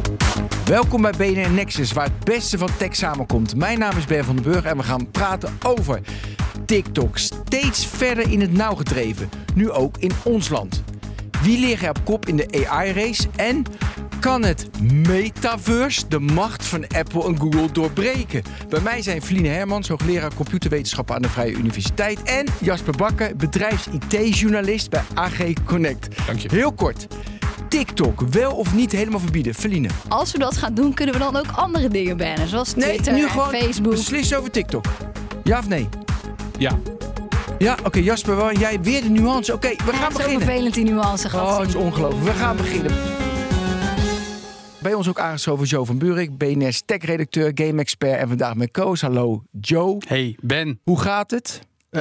Welkom bij BNR Nexus, waar het beste van tech samenkomt. Mijn naam is Ben van den Burg en we gaan praten over TikTok. Steeds verder in het nauw gedreven, nu ook in ons land. Wie ligt er op kop in de AI-race en kan het metaverse de macht van Apple en Google doorbreken? Bij mij zijn Feline Hermans, hoogleraar computerwetenschappen aan de Vrije Universiteit, en Jasper Bakker, bedrijfs-IT-journalist bij AG Connect. Dank je. Heel kort. TikTok, wel of niet helemaal verbieden? Feline. Als we dat gaan doen, kunnen we dan ook andere dingen bannen. Zoals Twitter nu en gewoon Facebook. beslissen over TikTok. Ja of nee? Ja. Ja, oké, Jasper, waar jij weer de nuance. Oké, we gaan Zo beginnen. vervelend die nuance gaat Oh, het is zien. ongelooflijk. We gaan beginnen. Bij ons ook aangeschoven Joe van Buurik, BNR's tech-redacteur, game-expert en vandaag met Koos. Hallo Joe. Hey Ben. Hoe gaat het?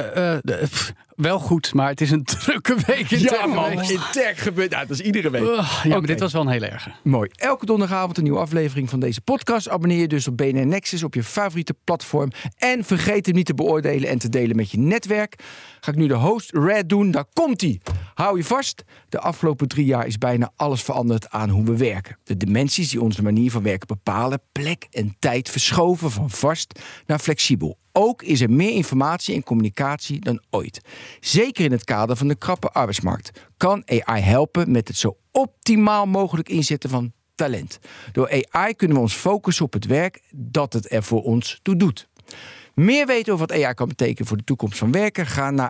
Wel goed, maar het is een drukke week in tech geweest. in tech gebeurt. Nou, dat is iedere week. Maar Oké. dit was wel een heel erge. Mooi. Elke donderdagavond een nieuwe aflevering van deze podcast. Abonneer je dus op BNR Nexus op je favoriete platform. En vergeet hem niet te beoordelen en te delen met je netwerk. Ga ik nu de host Red doen. Daar komt-ie. Hou je vast. De afgelopen 3 jaar is bijna alles veranderd aan hoe we werken. De dimensies die onze manier van werken bepalen, plek en tijd verschoven van vast naar flexibel. Ook is er meer informatie en communicatie dan ooit. Zeker in het kader van de krappe arbeidsmarkt kan AI helpen met het zo optimaal mogelijk inzetten van talent. Door AI kunnen we ons focussen op het werk dat het er voor ons toe doet. Meer weten over wat AI kan betekenen voor de toekomst van werken? Ga naar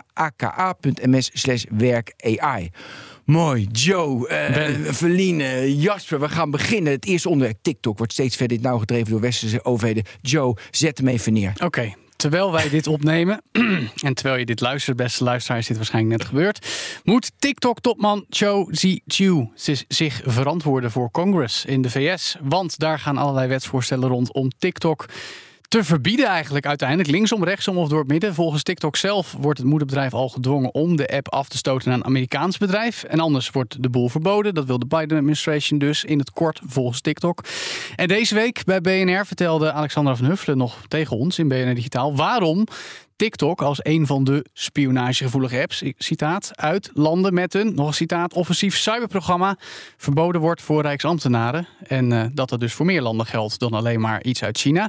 aka.ms/werkAI. Mooi, Joe, Feline, Jasper, we gaan beginnen. Het eerste onderwerp, TikTok, wordt steeds verder in het nauw gedreven door westerse overheden. Joe, zet hem even neer. Oké. Terwijl wij dit opnemen, en terwijl je dit luistert, beste luisteraar, is dit waarschijnlijk net gebeurd, moet TikTok-topman Zhou Ziyu zich verantwoorden voor Congress in de VS. Want daar gaan allerlei wetsvoorstellen rond om TikTok te verbieden eigenlijk uiteindelijk. Linksom, rechtsom of door het midden. Volgens TikTok zelf wordt het moederbedrijf al gedwongen om de app af te stoten naar een Amerikaans bedrijf. En anders wordt de boel verboden. Dat wil de Biden-administration dus in het kort volgens TikTok. En deze week bij BNR vertelde Alexandra van Huffelen nog tegen ons in BNR Digitaal waarom TikTok als een van de spionagegevoelige apps, citaat, uit landen met een, nog een citaat, offensief cyberprogramma verboden wordt voor rijksambtenaren. En dat dus voor meer landen geldt dan alleen maar iets uit China.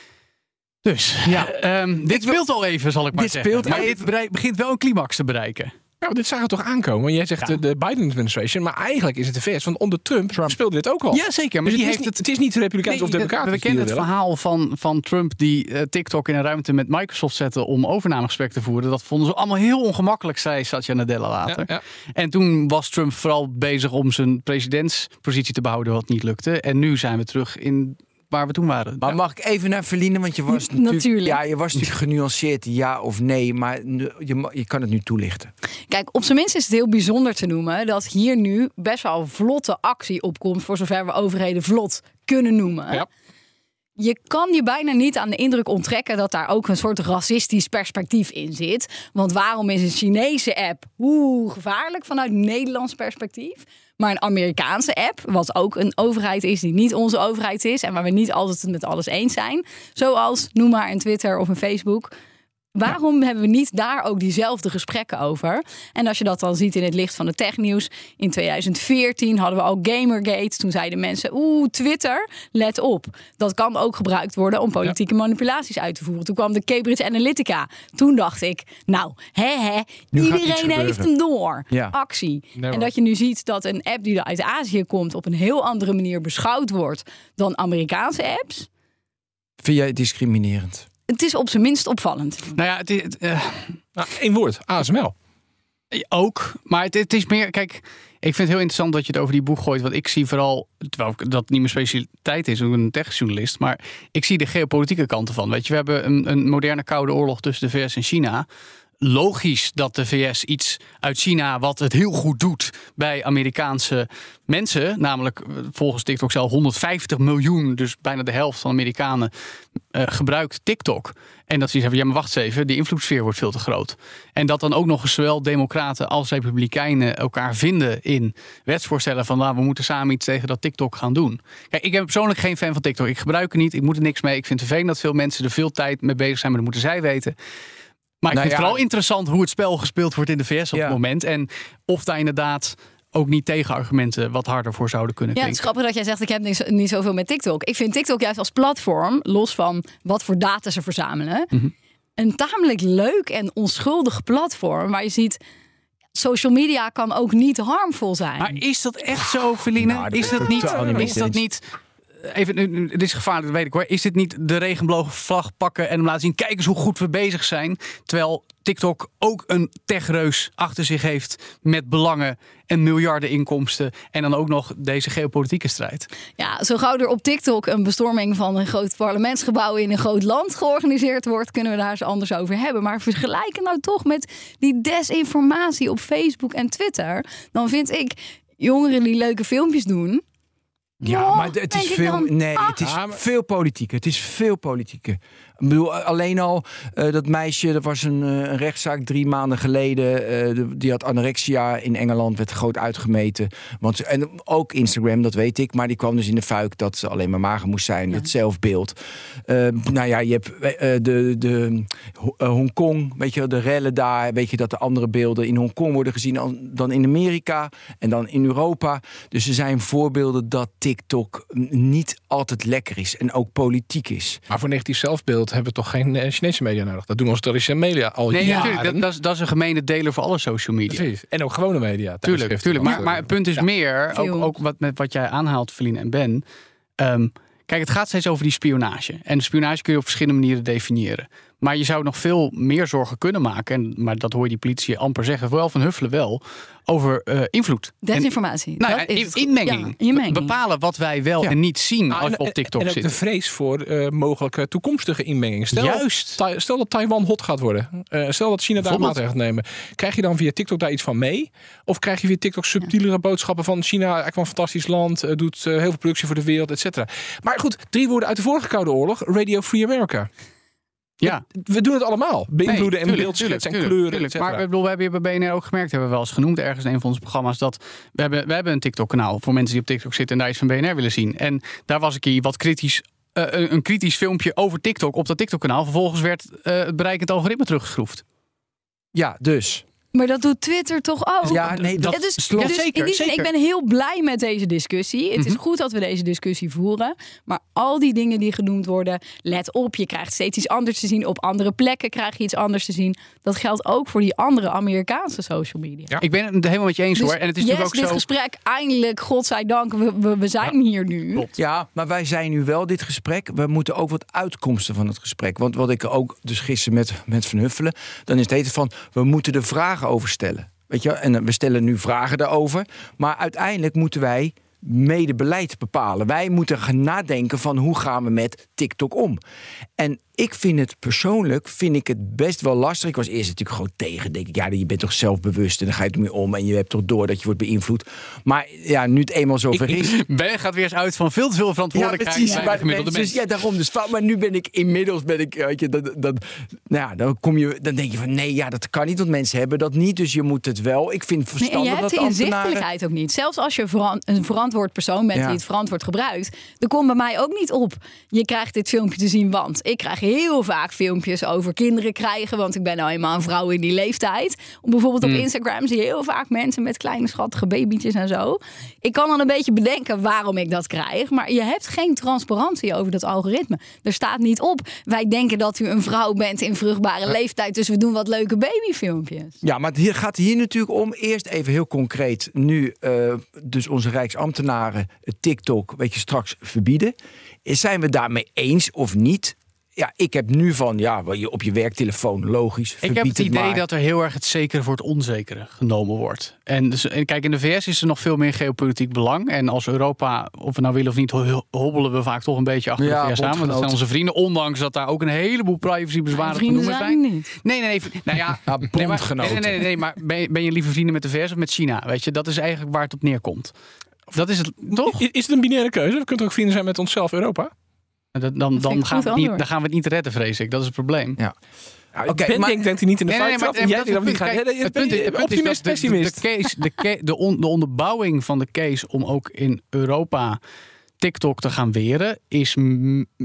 Dus, dit speelt al even, zal ik maar zeggen. Maar dit begint wel een climax te bereiken. Nou, dit zagen we toch aankomen? Jij zegt de Biden-administration, maar eigenlijk is het de VS. Want onder Trump speelde dit ook al. Ja, zeker. Maar dus die het is niet Republikeins of Democratisch. We kennen het verhaal van Trump die TikTok in een ruimte met Microsoft zette om overnamegesprek te voeren. Dat vonden ze allemaal heel ongemakkelijk, zei Satya Nadella later. Ja. En toen was Trump vooral bezig om zijn presidentspositie te behouden, wat niet lukte. En nu zijn we terug in waar we toen waren. Maar mag ik even naar Feline, want je was natuurlijk, ja, je was natuurlijk genuanceerd, ja of nee, maar je kan het nu toelichten. Kijk, op zijn minst is het heel bijzonder te noemen dat hier nu best wel vlotte actie opkomt, voor zover we overheden vlot kunnen noemen. Ja. Je kan je bijna niet aan de indruk onttrekken dat daar ook een soort racistisch perspectief in zit. Want waarom is een Chinese app gevaarlijk vanuit Nederlands perspectief? Maar een Amerikaanse app, wat ook een overheid is die niet onze overheid is en waar we niet altijd het met alles eens zijn, zoals noem maar een Twitter of een Facebook. Waarom hebben we niet daar ook diezelfde gesprekken over? En als je dat dan ziet in het licht van het technieuws. In 2014 hadden we al Gamergate. Toen zeiden mensen, Twitter, let op. Dat kan ook gebruikt worden om politieke manipulaties uit te voeren. Toen kwam de Cambridge Analytica. Toen dacht ik, iedereen heeft hem door. Ja. Actie. En dat je nu ziet dat een app die uit Azië komt op een heel andere manier beschouwd wordt dan Amerikaanse apps. Vind jij het discriminerend? Het is op zijn minst opvallend. Nou ja, één woord, ASML. Ook, maar het is meer, kijk, ik vind het heel interessant dat je het over die boeg gooit. Want ik zie vooral, terwijl dat niet mijn specialiteit is, ik ben een techjournalist, maar ik zie de geopolitieke kanten van. Weet je, we hebben een moderne koude oorlog tussen de VS en China. Logisch dat de VS iets uit China wat het heel goed doet bij Amerikaanse mensen, namelijk volgens TikTok zelf 150 miljoen, dus bijna de helft van Amerikanen gebruikt TikTok. En dat ze zeggen, ja maar wacht eens even, die invloedssfeer wordt veel te groot. En dat dan ook nog eens zowel democraten als republikeinen elkaar vinden in wetsvoorstellen van we moeten samen iets tegen dat TikTok gaan doen. Kijk, ik ben persoonlijk geen fan van TikTok. Ik gebruik het niet, ik moet er niks mee. Ik vind het vervelend dat veel mensen er veel tijd mee bezig zijn, maar dat moeten zij weten. Maar ik vind het vooral interessant hoe het spel gespeeld wordt in de VS op het moment. En of daar inderdaad ook niet tegenargumenten wat harder voor zouden kunnen Ja, het is klinken. grappig dat jij zegt, ik heb niet zoveel met TikTok. Ik vind TikTok juist als platform, los van wat voor data ze verzamelen, een tamelijk leuk en onschuldig platform waar je ziet, social media kan ook niet harmvol zijn. Maar is dat echt zo, Feline? Nou, Is dat niet... Even, het is gevaarlijk, dat weet ik hoor. Is dit niet de regenboogvlag pakken en hem laten zien, kijk eens hoe goed we bezig zijn, terwijl TikTok ook een techreus achter zich heeft met belangen en miljarden inkomsten en dan ook nog deze geopolitieke strijd? Ja, zo gauw er op TikTok een bestorming van een groot parlementsgebouw in een groot land georganiseerd wordt, kunnen we daar eens anders over hebben. Maar vergelijken nou toch met die desinformatie op Facebook en Twitter, dan vind ik jongeren die leuke filmpjes doen. Ja, maar het is veel. Nee, het is veel politieker. Het is veel politieker. Ik bedoel, alleen al dat meisje, dat was een rechtszaak 3 maanden geleden. Die had anorexia in Engeland, werd groot uitgemeten. En ook Instagram, dat weet ik. Maar die kwam dus in de fuik dat ze alleen maar mager moest zijn. Ja. Dat zelfbeeld. Nou ja, je hebt de Hongkong, weet je, de rellen daar. Weet je dat de andere beelden in Hongkong worden gezien dan in Amerika en dan in Europa. Dus er zijn voorbeelden dat TikTok niet altijd lekker is en ook politiek is. Maar voor negatief zelfbeeld hebben we toch geen Chinese media nodig? Dat doen onze traditionele media al jaren. Natuurlijk, dat is een gemene deler voor alle social media. Precies. En ook gewone media. Tuurlijk. Maar het punt is meer, ook wat jij aanhaalt, Feline en Ben. Kijk, het gaat steeds over die spionage. En de spionage kun je op verschillende manieren definiëren. Maar je zou nog veel meer zorgen kunnen maken. Maar dat hoor je die politie amper zeggen. Vooral Van Huffelen wel. Over invloed. Desinformatie. Inmenging. Inmenging. Bepalen wat wij wel en niet zien als we op TikTok en ook zitten. de vrees voor mogelijke toekomstige inmenging. Stel dat Taiwan hot gaat worden. Stel dat China daar maatregelen gaat nemen. Krijg je dan via TikTok daar iets van mee? Of krijg je via TikTok subtielere boodschappen van China, eigenlijk wel een fantastisch land, doet heel veel productie voor de wereld, et cetera. Maar goed, 3 woorden uit de vorige Koude Oorlog. Radio Free America. Ja. We doen het allemaal. Beïnvloeden en beeldschetsen en kleuren, et cetera. Maar we hebben hier bij BNR ook gemerkt, hebben we wel eens genoemd ergens in een van onze programma's, dat we hebben een TikTok-kanaal voor mensen die op TikTok zitten en daar iets van BNR willen zien. En daar was ik hier wat kritisch, een kritisch filmpje over TikTok op dat TikTok-kanaal. Vervolgens werd het bereikend algoritme teruggeschroefd. Ja, dus. Maar dat doet Twitter toch ook? Ja, nee, dat zeker. In die zin, ik ben heel blij met deze discussie. Het is goed dat we deze discussie voeren. Maar al die dingen die genoemd worden, let op, je krijgt steeds iets anders te zien. Op andere plekken krijg je iets anders te zien. Dat geldt ook voor die andere Amerikaanse social media. Ja. Ik ben het helemaal met je eens hoor. En het is natuurlijk ook dit zo. gesprek, eindelijk, godzijdank, we zijn hier nu. Klopt. Ja, maar wij zijn nu wel dit gesprek. We moeten ook wat uitkomsten van het gesprek. Want wat ik ook dus gisteren met Van Huffelen, dan is het eten van, we moeten de vragen over stellen. Weet je, en we stellen nu vragen daarover. Maar uiteindelijk moeten wij mede beleid bepalen. Wij moeten gaan nadenken van hoe gaan we met TikTok om. En ik vind het persoonlijk best wel lastig. Ik was eerst natuurlijk gewoon tegen. Denk ik, ja, je bent toch zelfbewust en dan ga je ermee om. En je hebt toch door dat je wordt beïnvloed. Maar ja, nu het eenmaal zover is. Ben gaat weer eens uit van veel te veel verantwoordelijkheid. Ja, precies. Mensen. Ja, daarom dus. Maar nu ben ik inmiddels, weet je, dan denk je van nee, ja, dat kan niet. Want mensen hebben dat niet. Dus je moet het wel. Ik vind het verstandig dat ambtenaren. En je hebt die inzichtelijkheid ook niet. Zelfs als je een verantwoord persoon bent die het verantwoord gebruikt, dan komt bij mij ook niet op. Je krijgt dit filmpje te zien, want ik krijg heel vaak filmpjes over kinderen krijgen, want ik ben nou eenmaal een vrouw in die leeftijd. Bijvoorbeeld op Instagram zie je heel vaak mensen met kleine schattige babytjes en zo. Ik kan dan een beetje bedenken waarom ik dat krijg, maar je hebt geen transparantie over dat algoritme. Er staat niet op, wij denken dat u een vrouw bent in vruchtbare leeftijd, dus we doen wat leuke babyfilmpjes. Ja, maar het gaat hier natuurlijk om, eerst even heel concreet, nu dus onze rijksambtenaren TikTok, weet je, straks verbieden. Zijn we daarmee eens of niet? Ja, ik heb nu van, op je werktelefoon, logisch. Ik heb het idee dat er heel erg het zekere voor het onzekere genomen wordt. En kijk, in de VS is er nog veel meer geopolitiek belang. En als Europa, of we nou willen of niet, hobbelen we vaak toch een beetje achter de VS aan. Want dat zijn onze vrienden, ondanks dat daar ook een heleboel privacybezwaren te noemen zijn. Niet. Nee. Nou ja, nee, maar ben je liever vrienden met de VS of met China? Weet je, dat is eigenlijk waar het op neerkomt. Dat is het, toch? Is het een binaire keuze? We kunnen ook vrienden zijn met onszelf, Europa? Dan gaan we het niet redden, vrees ik. Dat is de Ja. Ben denkt hij niet in de fout. Het punt is pessimist. De onderbouwing van de case om ook in Europa TikTok te gaan weren is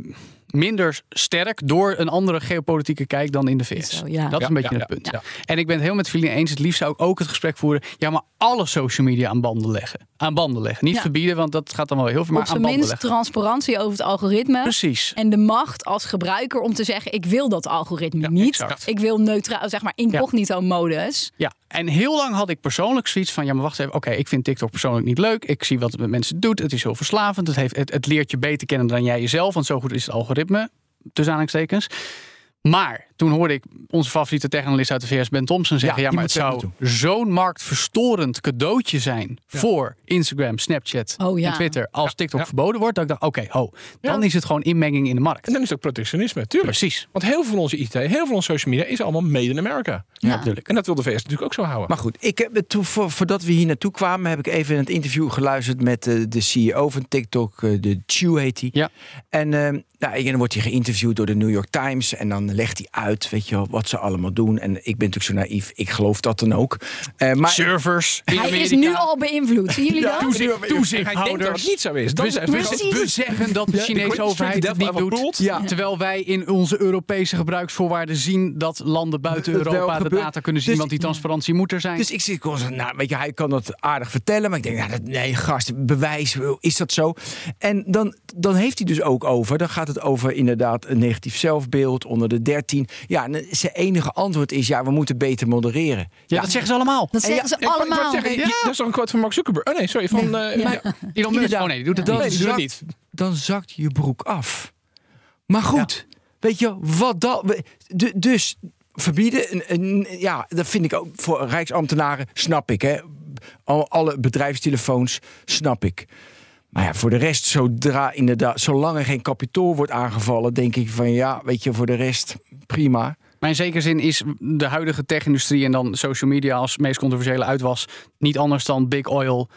minder sterk door een andere geopolitieke kijk dan in de VS. Zo, ja. Dat is een beetje het punt. Ja. En ik ben het heel met Feline eens. Het liefst zou ik ook het gesprek voeren. Ja, maar alle social media aan banden leggen. Niet verbieden, want dat gaat dan wel heel veel. Maar op aan zijn banden minst leggen. transparantie over het algoritme. Precies. En de macht als gebruiker om te zeggen, ik wil dat algoritme niet. Exact. Ik wil neutraal, zeg maar incognito modus. Ja, en heel lang had ik persoonlijk zoiets van... ja, maar wacht even, oké, ik vind TikTok persoonlijk niet leuk. Ik zie wat het met mensen doet. Het is heel verslavend. Het leert je beter kennen dan jij jezelf. Want zo goed is het algoritme, tussen aanhalingstekens. Maar toen hoorde ik onze favoriete tech-analyst uit de VS, Ben Thompson, zeggen... ja, maar het zou zo'n marktverstorend cadeautje zijn... voor Instagram, Snapchat en Twitter... als TikTok verboden wordt. Dat ik dacht, oké, dan is het gewoon inmenging in de markt. En dan is het ook protectionisme, tuurlijk. Precies. Want heel veel van onze IT, heel veel van onze social media... is allemaal made in America. Ja. Natuurlijk. En dat wil de VS natuurlijk ook zo houden. Maar goed, ik heb voordat we hier naartoe kwamen... heb ik even het interview geluisterd met de CEO van TikTok. De Chew heet hij. Ja. En dan wordt hij geïnterviewd door de New York Times. En dan legt hij uit, weet je wel, wat ze allemaal doen. En ik ben natuurlijk zo naïef, ik geloof dat dan ook. Maar servers in Hij Amerika. is nu al beïnvloed. Zien jullie dat? Toezichthouders. Hij denkt dat het niet zo is. We zeggen dat de Chinese overheid het niet doet. Ja. Terwijl wij in onze Europese gebruiksvoorwaarden zien... dat landen buiten Het wel Europa de gebeurt. data kunnen zien. Dus- want die transparantie moet er zijn. Dus ik zit constant, weet je, hij kan dat aardig vertellen. Maar ik denk, nee gast, bewijs, is dat zo? En dan heeft hij dus ook over, dan gaat het over inderdaad een negatief zelfbeeld onder de 13. Ja, en zijn enige antwoord is, we moeten beter modereren. Ja, dat zeggen ze allemaal. Dat zeggen ze allemaal. Dat is toch een quote van Mark Zuckerberg? Oh nee, sorry. Van, Elon Musk. Oh nee, die doet het Dan nee, die doet het zakt- niet. Dan zakt je broek af. Maar goed, weet je, wat dat... Dus verbieden, dat vind ik ook voor rijksambtenaren, snap ik. Hè. Alle bedrijfstelefoons, snap ik. Maar ja, voor de rest, zolang er geen kapitool wordt aangevallen... denk ik van, weet je, voor de rest, prima. Maar in zekere zin is de huidige tech-industrie en dan social media als meest controversiële uitwas niet anders dan big oil,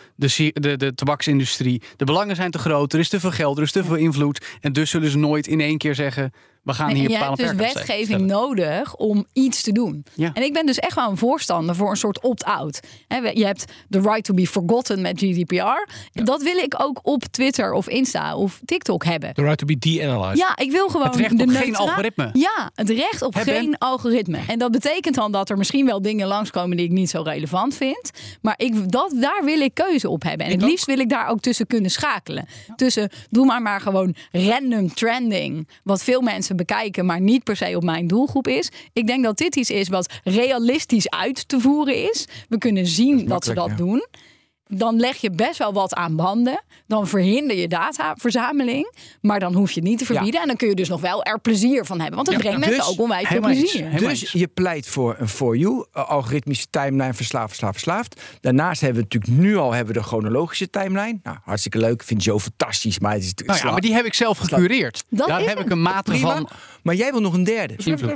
de tabaksindustrie. De belangen zijn te groot, er is te veel geld, er is te veel invloed. En dus zullen ze nooit in één keer zeggen, we gaan hier bepaalde je hebt dus wetgeving nodig om iets te doen. Ja. En ik ben dus echt wel een voorstander voor een soort opt-out. Je hebt the right to be forgotten met GDPR. Ja. Dat wil ik ook op Twitter of Insta of TikTok hebben. The right to be de-analyzed. Ja, ik wil gewoon het recht op geen algoritme. Ja, het recht op geen algoritme. En dat betekent dan dat er misschien wel dingen langskomen die ik niet zo relevant vind. Maar daar wil ik keuze op hebben. En het liefst wil ik daar ook tussen kunnen schakelen. Tussen, doe maar gewoon random trending. Wat veel mensen bekijken, maar niet per se op mijn doelgroep is. Ik denk dat dit iets is wat realistisch uit te voeren is. We kunnen zien dat ze dat doen. Dan leg je best wel wat aan banden. Dan verhinder je dataverzameling. Maar dan hoef je het niet te verbieden. Ja. En dan kun je dus nog wel er plezier van hebben. Want dat brengt mensen ook onwijs veel plezier. Dus je pleit voor een For You. Algoritmische timeline, verslaafd. Daarnaast hebben we natuurlijk nu al de chronologische timeline. Nou, hartstikke leuk. Vind Joe fantastisch. Maar het is natuurlijk maar die heb ik zelf gecureerd. Daar heb ik een mate van... Maar jij wil nog een derde.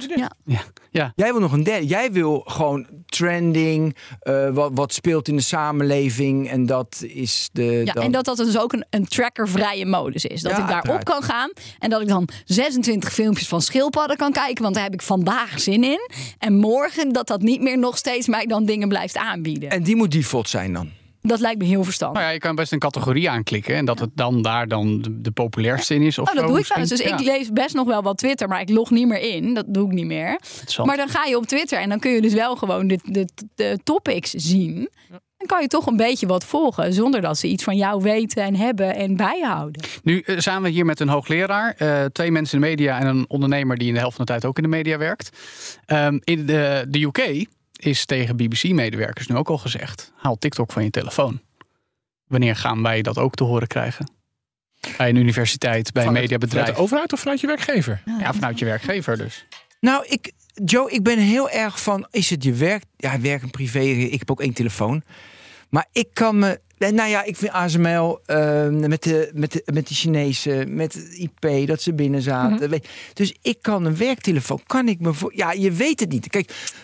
Ja. Jij wil nog een derde. Jij wil gewoon trending. Wat speelt in de samenleving. En dat is en dat dus ook een trackervrije modus is. Dat ik daarop kan gaan. En dat ik dan 26 filmpjes van schildpadden kan kijken. Want daar heb ik vandaag zin in. En morgen dat niet meer nog steeds mij dan dingen blijft aanbieden. En die moet default zijn dan? Dat lijkt me heel verstandig. Nou ja, je kan best een categorie aanklikken. En dat het dan daar de populairste in is. Of dat doe ik trouwens. Dus ik lees best nog wel wat Twitter. Maar ik log niet meer in. Dat doe ik niet meer. Maar dan ga je op Twitter. En dan kun je dus wel gewoon de topics zien. Dan kan je toch een beetje wat volgen. Zonder dat ze iets van jou weten en hebben en bijhouden. Nu zijn we hier met een hoogleraar. 2 mensen in de media en een ondernemer die in de helft van de tijd ook in de media werkt. In de UK is tegen BBC-medewerkers nu ook al gezegd: haal TikTok van je telefoon. Wanneer gaan wij dat ook te horen krijgen? Bij een universiteit, bij een mediabedrijf. Vanuit de overheid of vanuit je werkmer? Ja, vanuit je werkgever dus. Nou, Joe, ik ben heel erg van, is het je werk? Ja, werk en privé. Ik heb ook 1 telefoon. Maar ik kan me... Nou ja, ik vind ASML met de Chinezen, met het IP, dat ze binnen zaten. Mm-hmm. Dus ik kan een werktelefoon, kan ik me voor... Ja, je weet het niet. Kijk,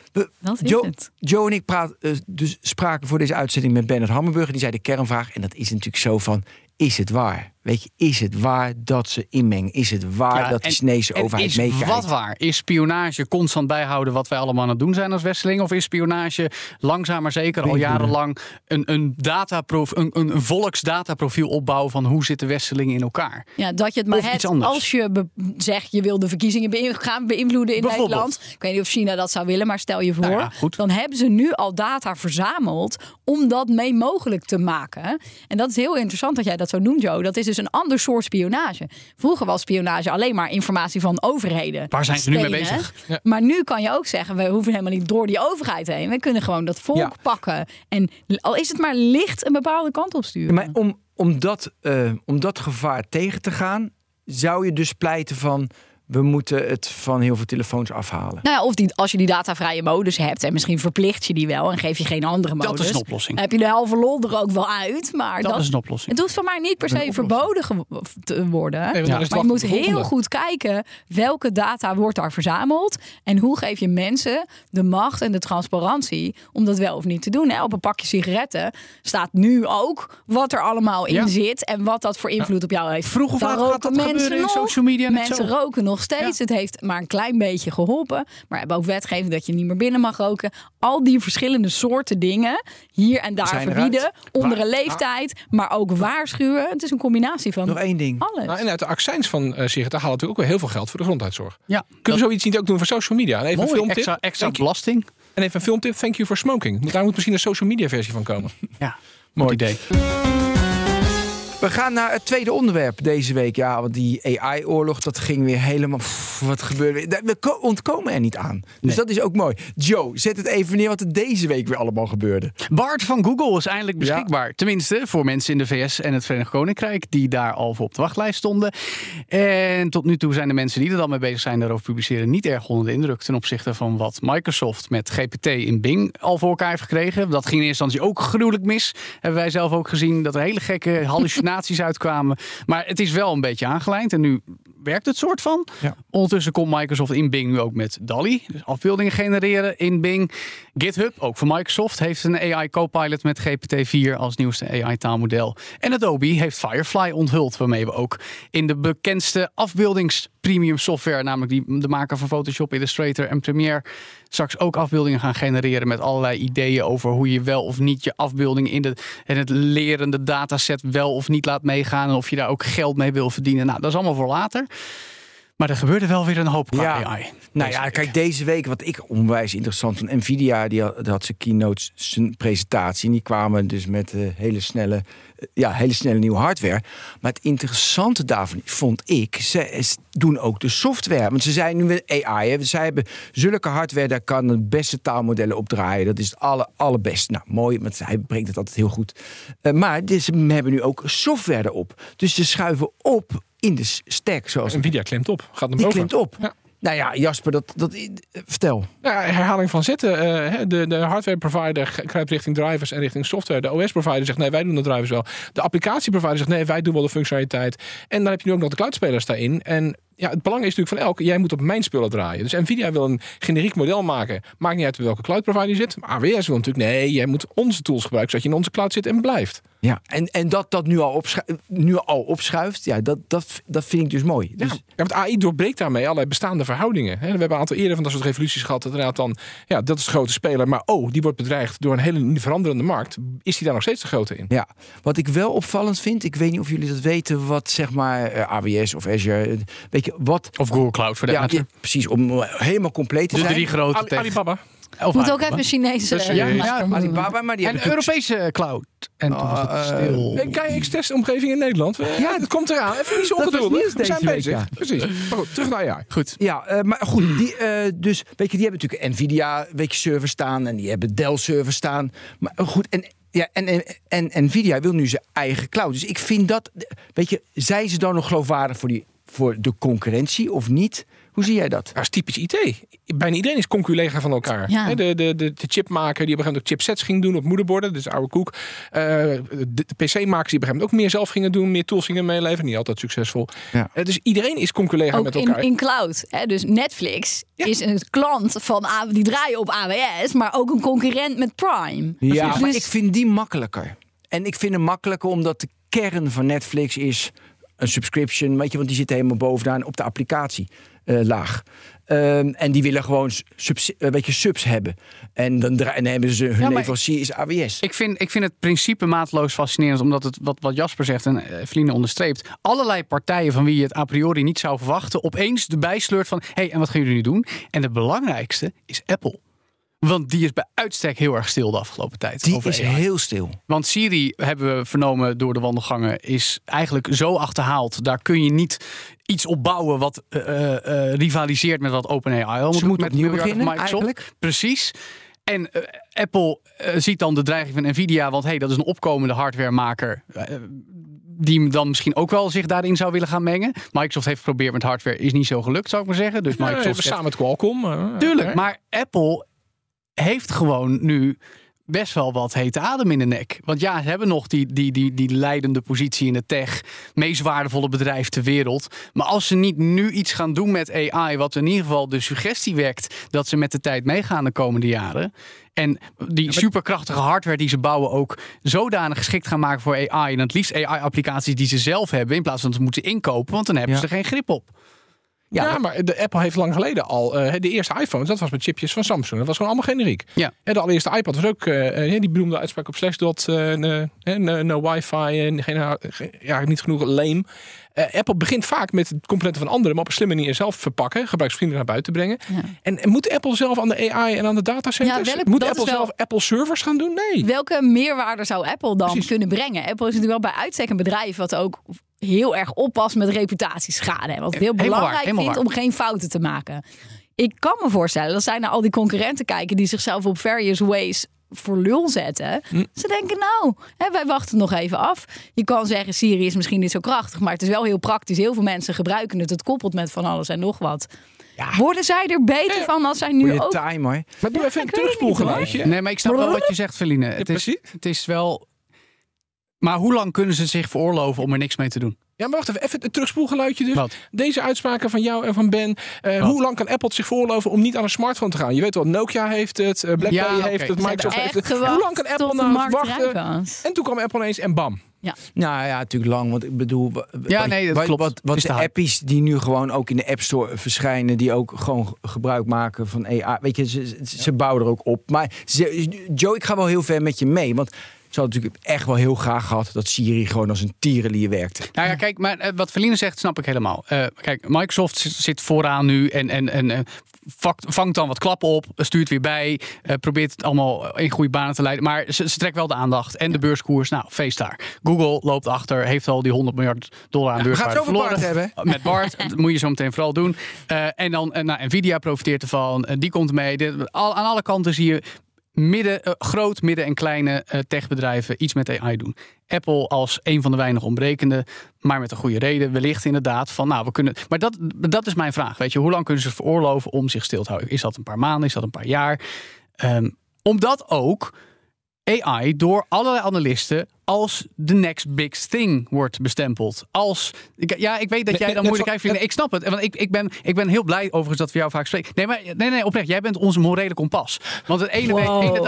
Joe en ik dus spraken voor deze uitzending met Bernard Hammelburger. Die zei de kernvraag, en dat is natuurlijk zo van, is het waar? Weet je, is het waar dat ze inmengen? Is het waar dat de Chinese overheid meekijkt? Wat waar? Is spionage constant bijhouden wat wij allemaal aan het doen zijn als Westelingen? Of is spionage langzaam maar zeker al jarenlang een volksdataprofiel opbouwen van hoe zitten Westelingen in elkaar? Ja, dat je het maar hebt als je zegt je wil de verkiezingen gaan beïnvloeden in Nederland. Ik weet niet of China dat zou willen, maar stel je voor. Dan hebben ze nu al data verzameld om dat mee mogelijk te maken. En dat is heel interessant dat jij dat zo noemt, Joe. Dat is dus een ander soort spionage. Vroeger was spionage alleen maar informatie van overheden. Waar zijn ze nu mee bezig? Ja. Maar nu kan je ook zeggen, we hoeven helemaal niet door die overheid heen. We kunnen gewoon dat volk pakken. En al is het maar licht een bepaalde kant op sturen. Maar om dat gevaar tegen te gaan, zou je dus pleiten van, we moeten het van heel veel telefoons afhalen. Nou ja, of als je die datavrije modus hebt, en misschien verplicht je die wel en geef je geen andere modus. Dat is een oplossing. Dan heb je de halve lol er ook wel uit. Maar dat is een oplossing. Het hoeft van mij niet per se verboden te worden. Nee, maar je moet heel goed kijken welke data wordt daar verzameld. En hoe geef je mensen de macht en de transparantie om dat wel of niet te doen. Op een pakje sigaretten staat nu ook wat er allemaal in zit en wat dat voor invloed op jou heeft. Vroeg of laat gaat dat gebeuren in social media. Mensen roken nog steeds. Ja. Het heeft maar een klein beetje geholpen. Maar we hebben ook wetgeving dat je niet meer binnen mag roken. Al die verschillende soorten dingen hier en daar verbieden. Onder een leeftijd. Maar ook waarschuwen. Het is een combinatie van nog één ding. Alles. Nou, en uit de accijns van sigaretten halen natuurlijk ook wel heel veel geld voor de gezondheidszorg. Ja, kunnen we zoiets niet ook doen voor social media? En even een filmtip. Extra belasting. En even een filmtip. Thank you for smoking. Daar moet misschien een social media versie van komen. Ja, mooi idee. We gaan naar het tweede onderwerp deze week. Ja, want die AI-oorlog, dat ging weer helemaal... wat gebeurde? We ontkomen er niet aan. Dus dat is ook mooi. Joe, zet het even neer wat er deze week weer allemaal gebeurde. Bard van Google is eindelijk beschikbaar. Ja. Tenminste, voor mensen in de VS en het Verenigd Koninkrijk die daar al voor op de wachtlijst stonden. En tot nu toe zijn de mensen die er dan mee bezig zijn daarover publiceren niet erg onder de indruk ten opzichte van wat Microsoft met GPT in Bing al voor elkaar heeft gekregen. Dat ging in eerste instantie ook gruwelijk mis. Hebben wij zelf ook gezien dat er hele gekke hallucinaties uitkwamen. Maar het is wel een beetje aangelijnd. En nu werkt het soort van. Ja. Ondertussen komt Microsoft in Bing nu ook met DALL-E. Dus afbeeldingen genereren in Bing. GitHub, ook van Microsoft, heeft een AI Copilot met GPT-4 als nieuwste AI-taalmodel. En Adobe heeft Firefly onthuld, waarmee we ook in de bekendste afbeeldingspremium software, namelijk de maker van Photoshop, Illustrator en Premiere, straks ook afbeeldingen gaan genereren met allerlei ideeën over hoe je wel of niet je afbeelding in het lerende dataset wel of niet laat meegaan en of je daar ook geld mee wil verdienen. Nou, dat is allemaal voor later. Maar er gebeurde wel weer een hoop qua AI. Nou ja, kijk, deze week wat ik onwijs interessant vond. Nvidia die had zijn keynote, zijn presentatie. En die kwamen dus met hele snelle nieuwe hardware. Maar het interessante daarvan vond ik, ze doen ook de software. Want ze zijn nu met AI. Zij hebben zulke hardware, daar kan de beste taalmodellen op draaien. Dat is het allerbeste. Nou, mooi, want hij brengt het altijd heel goed. Maar ze hebben nu ook software erop. Dus ze schuiven op in de stack. Zoals Nvidia klimt op. Gaat hem die boven. klimt op. Ja. Nou ja, Jasper, vertel. Ja, herhaling van zetten. De hardware provider kruipt richting drivers en richting software. De OS provider zegt nee, wij doen de drivers wel. De applicatie provider zegt nee, wij doen wel de functionaliteit. En dan heb je nu ook nog de cloudspelers daarin. En ja, het belang is natuurlijk van elke, jij moet op mijn spullen draaien. Dus Nvidia wil een generiek model maken. Maakt niet uit welke cloud provider je zit. Maar AWS wil natuurlijk, nee, jij moet onze tools gebruiken, zodat je in onze cloud zit en blijft. Ja, en dat nu al opschuift, ja, dat vind ik dus mooi. Ja, Dus... want AI doorbreekt daarmee allerlei bestaande verhoudingen. We hebben een aantal eerder van dat soort revoluties gehad. Dat inderdaad dan, ja, dat is de grote speler. Maar die wordt bedreigd door een hele veranderende markt. Is die daar nog steeds de grote in? Ja, wat ik wel opvallend vind, ik weet niet of jullie dat weten, wat zeg maar AWS of Azure, weet je, wat... Of Google Cloud voor de ja, precies, om helemaal compleet te zijn. De 3 grote Alibaba. Of moet ook even Chinese... Ja, Alibaba, maar die en Europese cloud. En toen was het stil. Kijk, testomgeving in Nederland. Ja, het komt eraan. Even niet zo ongeduldig. We zijn bezig. Ja. Precies. Maar goed, terug naar AI. Goed. Ja, maar goed. Dus, weet je, die hebben natuurlijk Nvidia server staan. En die hebben Dell server staan. Maar goed, en Nvidia wil nu zijn eigen cloud. Dus ik vind dat, weet je, zijn ze dan nog geloofwaardig voor de concurrentie of niet? Hoe zie jij dat? Dat is typisch IT. Bijna iedereen is conculega van elkaar. Ja. De chipmaker die op een gegeven moment ook chipsets ging doen op moederborden. Dus oude koek. De PC-makers die op een gegeven moment ook meer zelf gingen doen. Meer tools gingen meeleveren. Niet altijd succesvol. Ja. Dus iedereen is conculega ook met elkaar. in cloud. Dus Netflix is een klant van die draaien op AWS, maar ook een concurrent met Prime. Ja, Dus- maar ik vind die makkelijker. En ik vind hem makkelijker omdat de kern van Netflix is een subscription. Weet je, want die zit helemaal bovenaan op de applicatie laag. En die willen gewoon subs hebben. En dan hebben ze hun leverancier is AWS. Ik vind het principe mateloos fascinerend, omdat het wat Jasper zegt en Eveline onderstreept, allerlei partijen van wie je het a priori niet zou verwachten, opeens erbij sleurt van, en wat gaan jullie nu doen? En het belangrijkste is Apple. Want die is bij uitstek heel erg stil de afgelopen tijd. Die is heel stil. Want Siri, hebben we vernomen door de wandelgangen, is eigenlijk zo achterhaald. Daar kun je niet iets op bouwen wat rivaliseert met wat OpenAI al Ze moeten met opnieuw beginnen, eigenlijk. Precies. En Apple ziet dan de dreiging van Nvidia, want dat is een opkomende hardwaremaker die dan misschien ook wel zich daarin zou willen gaan mengen. Microsoft heeft geprobeerd met hardware, is niet zo gelukt, zou ik maar zeggen. Dus Microsoft samen met Qualcomm. Tuurlijk, maar Apple heeft gewoon nu best wel wat hete adem in de nek. Want ja, ze hebben nog die leidende positie in de tech, meest waardevolle bedrijf ter wereld. Maar als ze niet nu iets gaan doen met AI, wat in ieder geval de suggestie wekt dat ze met de tijd meegaan de komende jaren, en die superkrachtige hardware die ze bouwen ook zodanig geschikt gaan maken voor AI, en het liefst AI-applicaties die ze zelf hebben, in plaats van dat ze moeten inkopen, want dan hebben ze er geen grip op. Ja, maar de Apple heeft lang geleden al de eerste iPhones, dat was met chipjes van Samsung. Dat was gewoon allemaal generiek. Ja. De allereerste iPad was ook die beroemde uitspraak op Slashdot. No wifi, niet genoeg lame. Apple begint vaak met componenten van anderen, maar op een slimme manier zelf verpakken, gebruiksvriendelijk naar buiten brengen. Ja. En moet Apple zelf aan de AI en aan de datacenters? Moet Apple zelf Apple servers gaan doen? Nee. Welke meerwaarde zou Apple dan kunnen brengen? Apple is natuurlijk wel bij uitstek een bedrijf wat ook heel erg oppast met reputatieschade. En wat heel belangrijk vindt om geen fouten te maken. Ik kan me voorstellen dat zij naar al die concurrenten kijken die zichzelf op various ways voor lul zetten. Ze denken wij wachten nog even af. Je kan zeggen Siri is misschien niet zo krachtig, maar het is wel heel praktisch. Heel veel mensen gebruiken het. Het koppelt met van alles en nog wat. Ja. Worden zij er beter van als zij nu ook... Timer. Maar doe even een terugspoelgeluidje. Nee, maar ik snap wel wat je zegt, Feline. Het is wel... Maar hoe lang kunnen ze zich veroorloven om er niks mee te doen? Ja, maar wacht even het terugspoelgeluidje dus. Wat? Deze uitspraken van jou en van Ben. Hoe lang kan Apple het zich veroorloven om niet aan een smartphone te gaan? Je weet wel, Nokia heeft het, BlackBerry heeft het, Microsoft heeft het. Hoe lang kan Apple nou wachten? En toen kwam Apple ineens en bam. Ja. Nou ja, natuurlijk lang. Want ik bedoel, dat klopt. Wat de appies die nu gewoon ook in de App Store verschijnen, die ook gewoon gebruik maken van AI. Weet je, ze bouwen er ook op. Maar Joe, ik ga wel heel ver met je mee. Want ze had natuurlijk echt wel heel graag gehad dat Siri gewoon als een tierenlier werkte. Nou ja, kijk, maar wat Feline zegt, snap ik helemaal. Kijk, Microsoft zit vooraan nu en vangt dan wat klappen op, stuurt weer bij, probeert het allemaal in goede banen te leiden. Maar ze trekt wel de aandacht en de beurskoers, feest daar. Google loopt achter, heeft al die $100 miljard aan beurswaarde verloren. Bart hebben. Met Bart, dat moet je zo meteen vooral doen. En dan Nvidia profiteert ervan, die komt mee. Aan alle kanten zie je groot, midden- en kleine techbedrijven iets met AI doen. Apple als een van de weinig ontbrekende, maar met een goede reden. Wellicht inderdaad van, we kunnen... Maar dat is mijn vraag, weet je. Hoe lang kunnen ze veroorloven om zich stil te houden? Is dat een paar maanden? Is dat een paar jaar? Omdat ook AI door allerlei analisten als the next big thing wordt bestempeld. Ik weet dat jij dan moeilijk vindt. Ik snap het. Want ik ben heel blij overigens dat we jou vaak spreken. Nee, oprecht. Jij bent onze morele kompas. Want het ene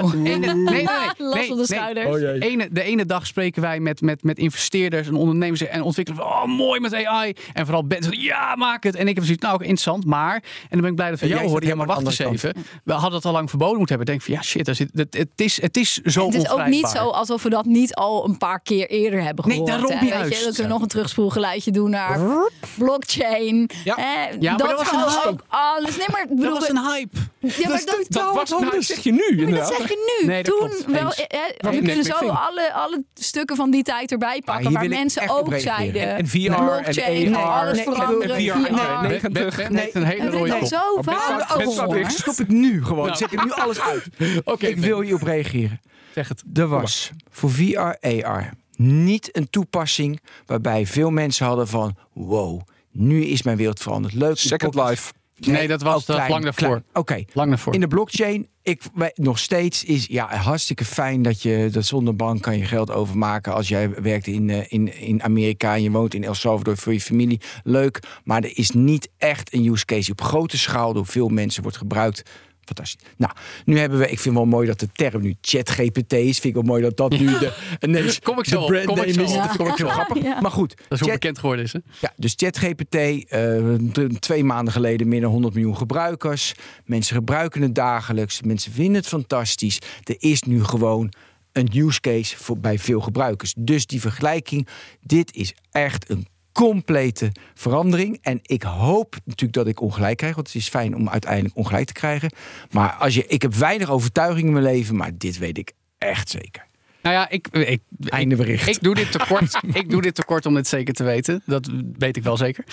de ene dag spreken wij met investeerders en ondernemers en ontwikkelen. Mooi met AI. En vooral maak het. En ik heb zoiets, interessant. Maar, en dan ben ik blij dat we jou horen. Ja, maar wacht eens even. We hadden het al lang verboden moeten hebben. Denk van, shit, het is zo onvrijbaar. Het is ook niet zo alsof we dat niet al een paar keer eerder hebben gehoord. Nee, daarom juist. Weet je, dat we nog een terugspoelgeluidje doen naar blockchain. Ja, maar dat was een hype. Ook alles. Nee, maar dat was een hype. Ja, maar dat zeg je nu. Maar dat zeg je nu. Nee, toen wel. We kunnen zo alle stukken van die tijd erbij pakken waar mensen ook zeiden. En VR blockchain, en AR. alles veranderen. VR 90. Een hele rode kop. Zo vaak. Ik stop het nu gewoon. Zet er nu alles uit. Ik wil hierop reageren. Zeg het. Er was voor VR, AR niet een toepassing waarbij veel mensen hadden van wow, Nu is mijn wereld veranderd. Leuk. Second Life. Nee, dat was lang daarvoor. Oké. Lang daarvoor. In de blockchain, nog steeds is hartstikke fijn dat zonder bank kan je geld overmaken. Als jij werkt in Amerika en je woont in El Salvador voor je familie. Leuk, maar er is niet echt een use case die op grote schaal door veel mensen wordt gebruikt. Fantastisch. Nou, nu hebben we, ik vind wel mooi dat de term nu ChatGPT is. Vind ik wel mooi dat nu de brandname is. Dat vind ik heel grappig. Ja. Maar goed. Dat is hoe bekend geworden is, hè? Ja, dus ChatGPT, 2 maanden geleden meer dan 100 miljoen gebruikers. Mensen gebruiken het dagelijks. Mensen vinden het fantastisch. Er is nu gewoon een use case bij veel gebruikers. Dus die vergelijking, dit is echt een complete verandering. En ik hoop natuurlijk dat ik ongelijk krijg. Want het is fijn om uiteindelijk ongelijk te krijgen. Maar ik heb weinig overtuiging in mijn leven. Maar dit weet ik echt zeker. Nou ja, einde bericht. Ik doe dit tekort. Ik doe dit tekort om dit zeker te weten. Dat weet ik wel zeker.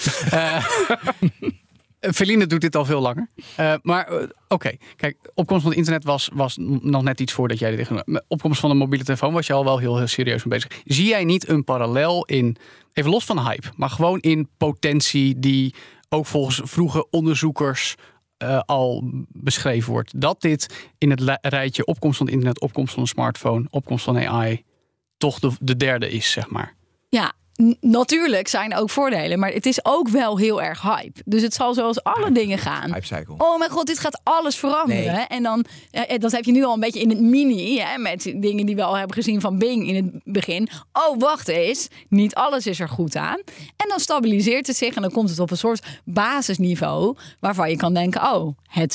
Feline doet dit al veel langer. Oké. Kijk, opkomst van het internet was nog net iets voordat jij dit ging. Opkomst van de mobiele telefoon was je al wel heel serieus mee bezig. Zie jij niet een parallel in, even los van hype, maar gewoon in potentie die ook volgens vroege onderzoekers al beschreven wordt? Dat dit in het rijtje opkomst van het internet, opkomst van de smartphone, opkomst van AI toch de derde is, zeg maar. Ja. Natuurlijk zijn er ook voordelen, maar het is ook wel heel erg hype. Dus het zal zoals alle dingen gaan. Hypecycle. Oh mijn god, dit gaat alles veranderen. Nee. En dan, dat heb je nu al een beetje in het mini, met dingen die we al hebben gezien van Bing in het begin. Oh, wacht eens, niet alles is er goed aan. En dan stabiliseert het zich en dan komt het op een soort basisniveau waarvan je kan denken, oh,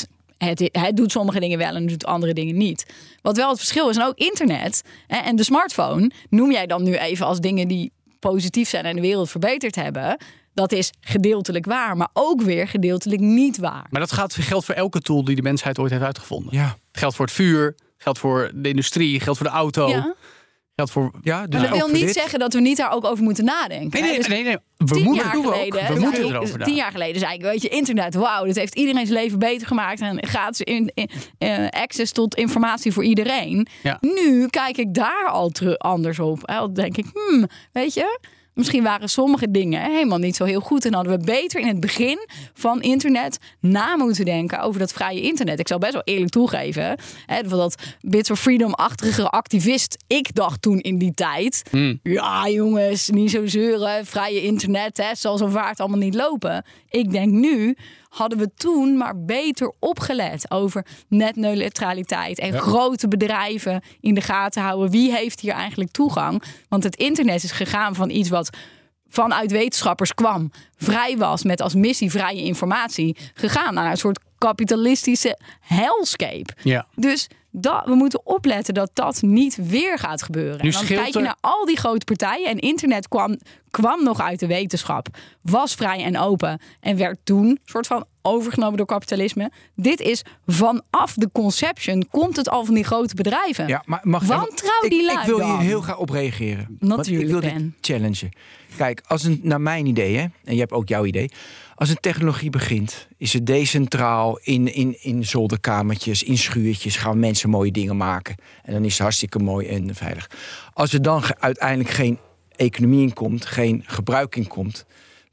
het doet sommige dingen wel en doet andere dingen niet. Wat wel het verschil is, en ook internet en de smartphone noem jij dan nu even als dingen die positief zijn en de wereld verbeterd hebben. Dat is gedeeltelijk waar, maar ook weer gedeeltelijk niet waar. Maar dat geldt voor elke tool die de mensheid ooit heeft uitgevonden. Ja. Geldt voor het vuur, geldt voor de industrie, geldt voor de auto. Ja. Geldt voor, maar dat wil niet zeggen dat we niet daar ook over moeten nadenken. Nee. We moeten erover 10 jaar geleden zei ik, weet je, internet, wauw, dat heeft iedereen zijn leven beter gemaakt en gratis access tot informatie voor iedereen. Ja. Nu kijk ik daar al anders op. Dan denk ik, weet je, misschien waren sommige dingen helemaal niet zo heel goed. En hadden we beter in het begin van internet na moeten denken over dat vrije internet. Ik zal best wel eerlijk toegeven. Dat Bits for Freedom-achtige activist. Ik dacht toen in die tijd. Ja jongens, niet zo zeuren. Vrije internet, zal zo vaart allemaal niet lopen. Ik denk nu, hadden we toen maar beter opgelet over netneutraliteit en grote bedrijven in de gaten houden. Wie heeft hier eigenlijk toegang? Want het internet is gegaan van iets wat vanuit wetenschappers kwam, vrij was met als missie vrije informatie, gegaan naar een soort kapitalistische hellscape. Ja. Dus we moeten opletten dat dat niet weer gaat gebeuren. En dan kijk je naar al die grote partijen en internet kwam nog uit de wetenschap, was vrij en open en werd toen soort van overgenomen door kapitalisme. Dit is vanaf de conception komt het al van die grote bedrijven. Ja, maar wantrouw die lui. Ik wil hier heel graag op reageren. Natuurlijk, ik wil dit challengen. Kijk, naar mijn idee, en je hebt ook jouw idee. Als een technologie begint, is het decentraal in zolderkamertjes, in schuurtjes gaan mensen mooie dingen maken. En dan is het hartstikke mooi en veilig. Als er dan uiteindelijk geen economie in komt, geen gebruik in komt,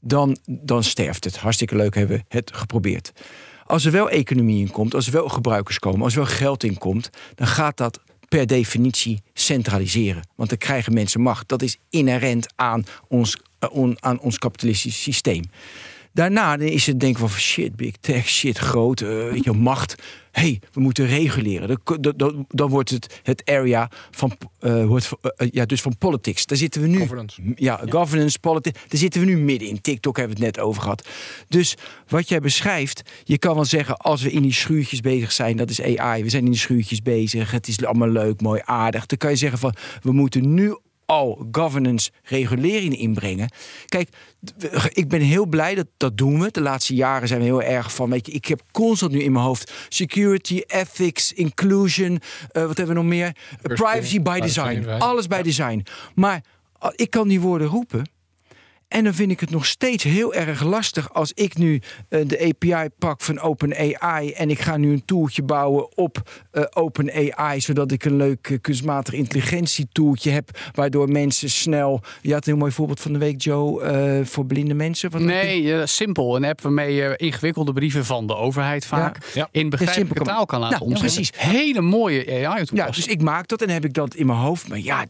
dan sterft het. Hartstikke leuk, hebben we het geprobeerd. Als er wel economie in komt, als er wel gebruikers komen, als er wel geld in komt, dan gaat dat per definitie centraliseren. Want dan krijgen mensen macht. Dat is inherent aan ons kapitalistisch systeem. Daarna is het denken van shit, big tech, shit, groot, macht. We moeten reguleren. Dan wordt het area van, dus van politics. Daar zitten we nu. Governance, politics. Daar zitten we nu midden in. TikTok hebben we het net over gehad. Dus wat jij beschrijft, je kan wel zeggen, als we in die schuurtjes bezig zijn, dat is AI. We zijn in die schuurtjes bezig. Het is allemaal leuk, mooi, aardig. Dan kan je zeggen van, we moeten nu al governance reguleringen inbrengen. Kijk, ik ben heel blij dat doen we. De laatste jaren zijn we heel erg van, weet je, ik heb constant nu in mijn hoofd security, ethics, inclusion, wat hebben we nog meer? Privacy by design. Alles by design. Maar ik kan die woorden roepen En dan vind ik het nog steeds heel erg lastig als ik nu de API pak van OpenAI en ik ga nu een tooltje bouwen op OpenAI, zodat ik een leuk kunstmatige intelligentie tooltje heb, waardoor mensen snel... Je had een heel mooi voorbeeld van de week, Joe, voor blinde mensen. Simpel. Een app waarmee je ingewikkelde brieven van de overheid vaak in begrijpelijke taal kan laten omzetten. Precies. Hele mooie AI-toepassing. Ja, dus ik maak dat en heb ik dat in mijn hoofd. Maar ja,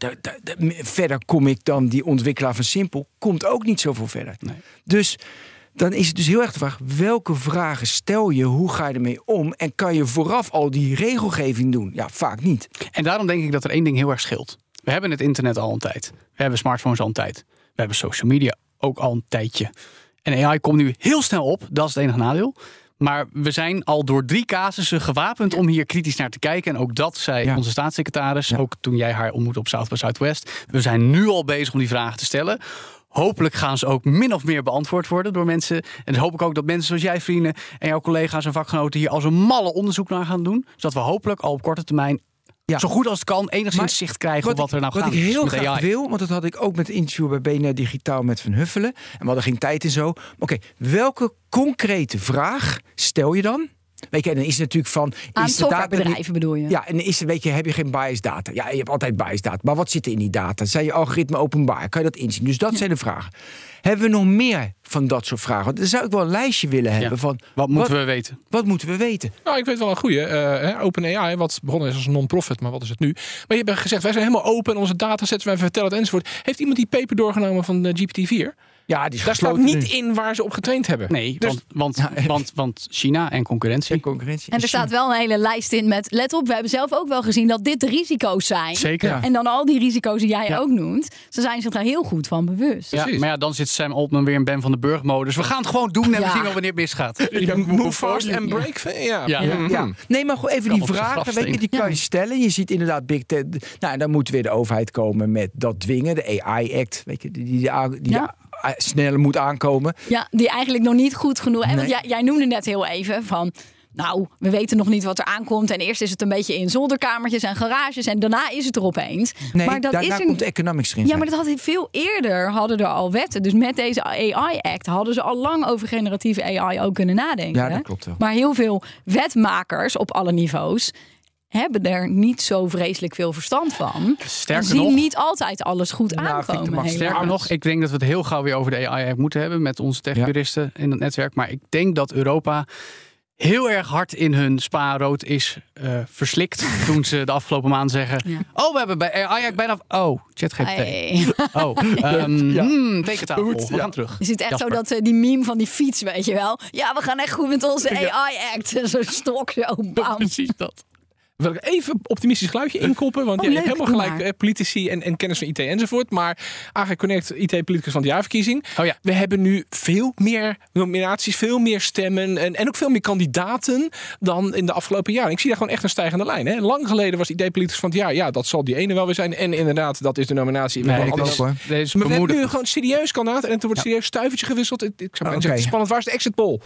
verder kom ik dan, die ontwikkelaar van Simpel, komt ook niet zoveel verder. Nee. Dus dan is het dus heel erg de vraag, welke vragen stel je, hoe ga je ermee om? En kan je vooraf al die regelgeving doen? Ja, vaak niet. En daarom denk ik dat er één ding heel erg scheelt. We hebben het internet al een tijd. We hebben smartphones al een tijd. We hebben social media ook al een tijdje. En AI komt nu heel snel op, dat is het enige nadeel. Maar we zijn al door 3 casussen gewapend om hier kritisch naar te kijken. En ook dat zei onze staatssecretaris, ook toen jij haar ontmoette op South by Southwest. We zijn nu al bezig om die vragen te stellen. Hopelijk gaan ze ook min of meer beantwoord worden door mensen. En dan hoop ik ook dat mensen zoals jij, vrienden, en jouw collega's en vakgenoten hier als een malle onderzoek naar gaan doen. Zodat we hopelijk al op korte termijn zo goed als het kan enigszins zicht krijgen op wat er nou gaat. Wat ik heel graag wil, want dat had ik ook met het interview bij BNR Digitaal met Van Huffelen. En we hadden geen tijd en zo. Oké, welke concrete vraag stel je dan? Weet je, dan is het natuurlijk van... Aan softwarebedrijven bedoel je? Ja, en heb je geen biased data? Ja, je hebt altijd biased data. Maar wat zit er in die data? Zijn je algoritme openbaar? Kan je dat inzien? Dus dat zijn de vragen. Hebben we nog meer van dat soort vragen? Want dan zou ik wel een lijstje willen hebben van... Wat moeten we weten? Wat moeten we weten? Nou, ik weet wel een goeie. OpenAI, wat begonnen is als een non-profit, maar wat is het nu? Maar je hebt gezegd, wij zijn helemaal open en onze data zetten wij vertellen het enzovoort. Heeft iemand die paper doorgenomen van de GPT-4? Ja, die is daar staat niet in waar ze op getraind hebben. Nee, dus, want China en concurrentie. En er staat wel een hele lijst in met... Let op, we hebben zelf ook wel gezien dat dit de risico's zijn. Zeker. Ja. En dan al die risico's die jij ook noemt. Ze zijn zich daar heel goed van bewust. Ja, maar dan zit Sam Altman weer in Ben van den Burg-modus. We gaan het gewoon doen en we zien wel wanneer het misgaat. Move fast and break. Ja. Nee, maar gewoon even die vragen, weet je, die kan je stellen. Je ziet inderdaad Big Tech. Nou, dan moet weer de overheid komen met dat dwingen. De AI-act, weet je, die sneller moet aankomen. Ja, die eigenlijk nog niet goed genoeg. Nee. Want jij noemde net heel even van... Nou, we weten nog niet wat er aankomt. En eerst is het een beetje in zolderkamertjes en garages. En daarna is het er opeens. Nee, maar daarna komt economics erin. Ja, maar dat had veel eerder. Hadden er al wetten. Dus met deze AI-act hadden ze al lang over generatieve AI ook kunnen nadenken. Ja, dat klopt wel. Maar heel veel wetmakers op alle niveaus... hebben er niet zo vreselijk veel verstand van. Sterker zien nog, niet altijd alles goed aankomen. Sterker nog, ik denk dat we het heel gauw weer over de AI moeten hebben... met onze techjuristen in het netwerk. Maar ik denk dat Europa heel erg hard in hun spaarrood is verslikt... toen ze de afgelopen maand zeggen... Oh, we hebben bij AI bijna... Oh, ChatGPT. Hey. Tekentafel, we gaan terug. Je ziet echt zo dat die meme van die fiets, weet je wel. Ja, we gaan echt goed met onze AI-act. Zo'n stok, zo, bam. Precies dat. Wil ik even optimistisch geluidje inkoppen. Want je hebt helemaal gelijk politici en kennis van IT enzovoort. Maar AG Connect, IT-politicus van de jaarverkiezing. We hebben nu veel meer nominaties, veel meer stemmen. En ook veel meer kandidaten dan in de afgelopen jaren. Ik zie daar gewoon echt een stijgende lijn. Hè. Lang geleden was IT-politicus van het jaar. Ja, dat zal die ene wel weer zijn. En inderdaad, dat is de nominatie. Nee, maar we hebben nu gewoon serieus kandidaat. En er wordt serieus stuivertje gewisseld. Ik zou zeggen, spannend. Waar is de exit poll?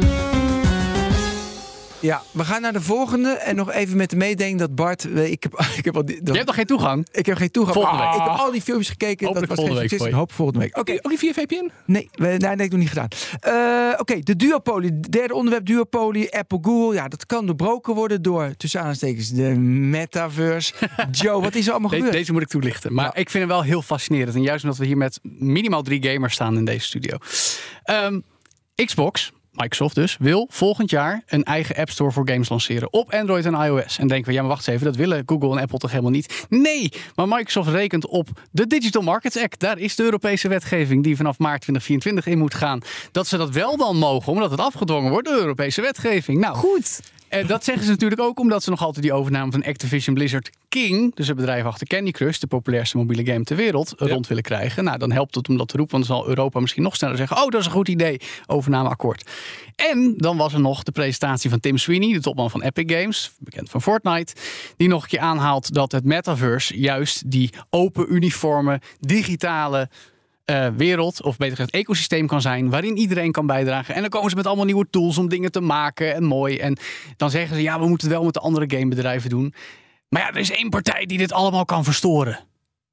Ja, we gaan naar de volgende. En nog even met de mededeling dat Bart... Je hebt nog geen toegang? Ik heb geen toegang. Volgende week. Ik heb al die filmpjes gekeken. Hopelijk dat was volgende geen week. Hoop volgende week. Oké, ook niet via VPN? Nee, ik nog niet gedaan. Oké, de duopolie. Derde onderwerp, duopolie. Apple, Google. Ja, dat kan doorbroken worden door, tussen aanstekens, de metaverse. Joe, wat is er allemaal gebeurd? Deze moet ik toelichten. Maar ik vind hem wel heel fascinerend. En juist omdat we hier met minimaal 3 gamers staan in deze studio. Xbox... Microsoft dus, wil volgend jaar een eigen App Store voor games lanceren op Android en iOS. En denken we, maar wacht even, dat willen Google en Apple toch helemaal niet? Nee, maar Microsoft rekent op de Digital Markets Act. Daar is de Europese wetgeving die vanaf maart 2024 in moet gaan. Dat ze dat wel dan mogen, omdat het afgedwongen wordt door de Europese wetgeving. Nou, goed. En dat zeggen ze natuurlijk ook omdat ze nog altijd die overname van Activision Blizzard King, dus het bedrijf achter Candy Crush, de populairste mobiele game ter wereld, rond willen krijgen. Nou, dan helpt het om dat te roepen, want dan zal Europa misschien nog sneller zeggen, oh, dat is een goed idee, overnameakkoord. En dan was er nog de presentatie van Tim Sweeney, de topman van Epic Games, bekend van Fortnite, die nog een keer aanhaalt dat het metaverse juist die open, uniforme, digitale wereld, of beter gezegd ecosysteem kan zijn, waarin iedereen kan bijdragen. En dan komen ze met allemaal nieuwe tools om dingen te maken en mooi. En dan zeggen ze, we moeten het wel met de andere gamebedrijven doen. Maar er is één partij die dit allemaal kan verstoren.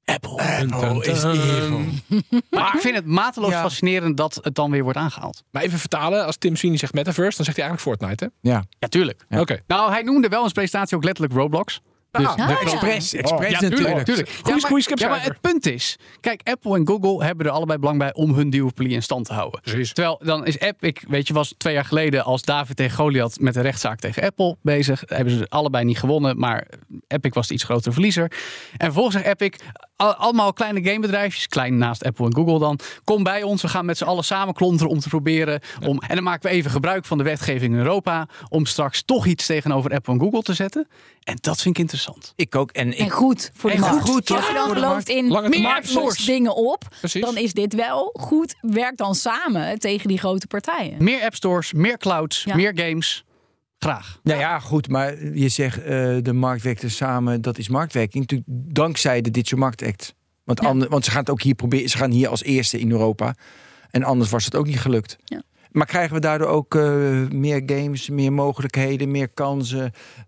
Apple is evil. Maar ik vind het mateloos fascinerend dat het dan weer wordt aangehaald. Maar even vertalen, als Tim Sweeney zegt Metaverse, dan zegt hij eigenlijk Fortnite, hè? Ja, tuurlijk. Ja. Oké. Nou, hij noemde wel in zijn presentatie ook letterlijk Roblox. Dus Expres natuurlijk. Maar het punt is, kijk, Apple en Google hebben er allebei belang bij om hun duopolie in stand te houden. Precies. Terwijl dan is Epic, was 2 jaar geleden als David tegen Goliath met een rechtszaak tegen Apple bezig. Hebben ze allebei niet gewonnen, maar Epic was de iets grotere verliezer. En vervolgens zegt Epic, allemaal kleine gamebedrijfjes, klein naast Apple en Google dan, kom bij ons, we gaan met z'n allen samen klonteren om te proberen. En dan maken we even gebruik van de wetgeving in Europa om straks toch iets tegenover Apple en Google te zetten. En dat vind ik interessant. Ik ook. En goed voor de markt. Goed, als je dan gelooft in marktforce dingen op, Precies. dan is dit wel goed. Werk dan samen tegen die grote partijen. Meer app stores, meer clouds, meer games. Graag. Nou ja, goed, maar je zegt de markt werkt er samen. Dat is marktwerking. Natuurlijk dankzij de Digital Market Act. Want ze gaan het ook hier proberen. Ze gaan hier als eerste in Europa. En anders was het ook niet gelukt. Ja. Maar krijgen we daardoor ook meer games, meer mogelijkheden, meer kansen?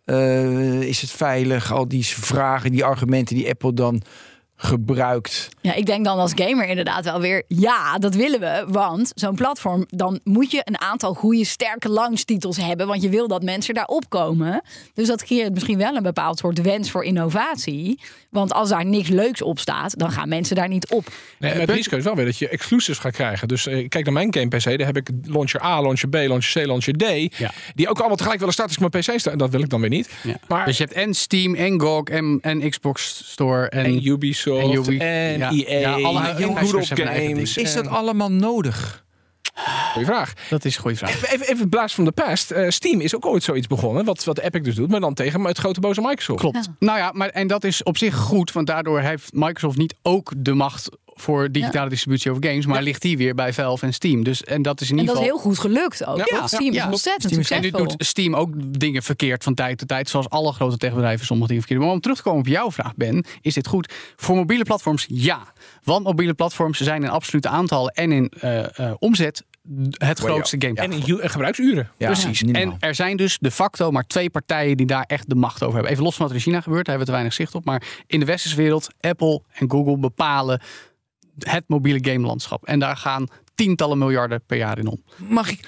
Is het veilig? Al die vragen, die argumenten die Apple dan gebruikt. Ja, ik denk dan als gamer inderdaad wel weer, ja, dat willen we. Want zo'n platform, dan moet je een aantal goede, sterke launchtitels hebben. Want je wil dat mensen daarop komen. Dus dat creëert misschien wel een bepaald soort wens voor innovatie. Want als daar niks leuks op staat, dan gaan mensen daar niet op. Nee, met het risico is wel weer dat je exclusives gaat krijgen. Dus kijk naar mijn game PC. Daar heb ik launcher A, launcher B, launcher C, launcher D. Ja. Die ook allemaal tegelijk willen starten als ik mijn PC sta. En dat wil ik dan weer niet. Ja. Maar, dus je hebt en Steam, en GOG, en Xbox Store. En Ubisoft. En EA. Alle Google Games. Is dat allemaal nodig? Goeie vraag. Dat is een goede vraag. Even blaas van de past. Steam is ook ooit zoiets begonnen. Wat Epic dus doet. Maar dan tegen het grote boze Microsoft. Klopt. Ja. Nou ja, en dat is op zich goed. Want daardoor heeft Microsoft niet ook de macht voor digitale distributie over games. Maar ligt die weer bij Valve en Steam. Dus, en dat is in ieder geval... heel goed gelukt ook. Ja. Steam is ontzettend succesvol. En nu doet Steam ook dingen verkeerd van tijd tot tijd. Zoals alle grote techbedrijven sommige dingen verkeerd. Maar om terug te komen op jouw vraag, Ben. Is dit goed? Voor mobiele platforms, ja. Want mobiele platforms zijn in absolute aantallen en in omzet het grootste game. En in gebruiksuren. Ja, precies. En er zijn dus de facto maar 2 partijen die daar echt de macht over hebben. Even los van wat er in China gebeurt, daar hebben we te weinig zicht op. Maar in de westerse wereld, Apple en Google bepalen het mobiele gamelandschap. En daar gaan tientallen miljarden per jaar in om. Mag ik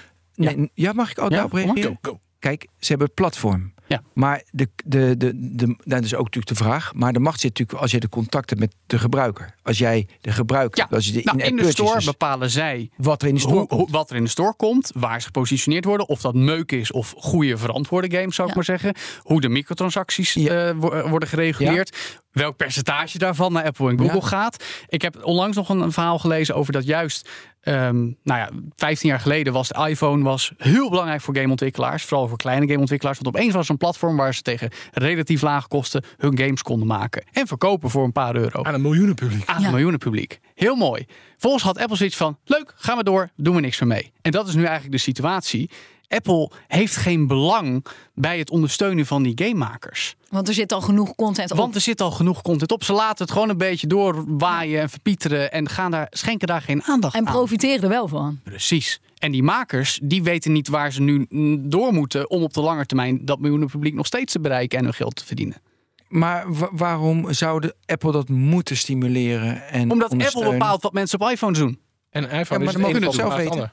al daarop reageren? Go. Kijk, ze hebben het platform. Ja. Maar dat is ook natuurlijk de vraag. Maar de macht zit natuurlijk als je de contact hebt met de gebruiker. Als jij de gebruiker... Als je in de store bepalen zij wat er in de store wat er in de store komt. Waar ze gepositioneerd worden. Of dat meuk is of goede verantwoorde games, zou ik maar zeggen. Hoe de microtransacties worden gereguleerd. Ja. Welk percentage daarvan naar Apple en Google gaat. Ik heb onlangs nog een verhaal gelezen over dat juist... 15 jaar geleden was de iPhone heel belangrijk voor gameontwikkelaars. Vooral voor kleine gameontwikkelaars. Want opeens was een platform waar ze tegen relatief lage kosten hun games konden maken. En verkopen voor een paar euro. Aan een miljoenenpubliek. Heel mooi. Volgens had Apple zoiets van, leuk, gaan we door, doen we niks meer mee. En dat is nu eigenlijk de situatie. Apple heeft geen belang bij het ondersteunen van die gamemakers. Want er zit al genoeg content op. Ze laten het gewoon een beetje doorwaaien en verpieteren en schenken daar geen aandacht aan. En profiteren er wel van. Precies. En die makers, die weten niet waar ze nu door moeten om op de lange termijn dat miljoenenpubliek nog steeds te bereiken en hun geld te verdienen. Maar waarom zou Apple dat moeten stimuleren en omdat Apple bepaalt wat mensen op iPhones doen. En iPhone maar dan mogen het zelf weten.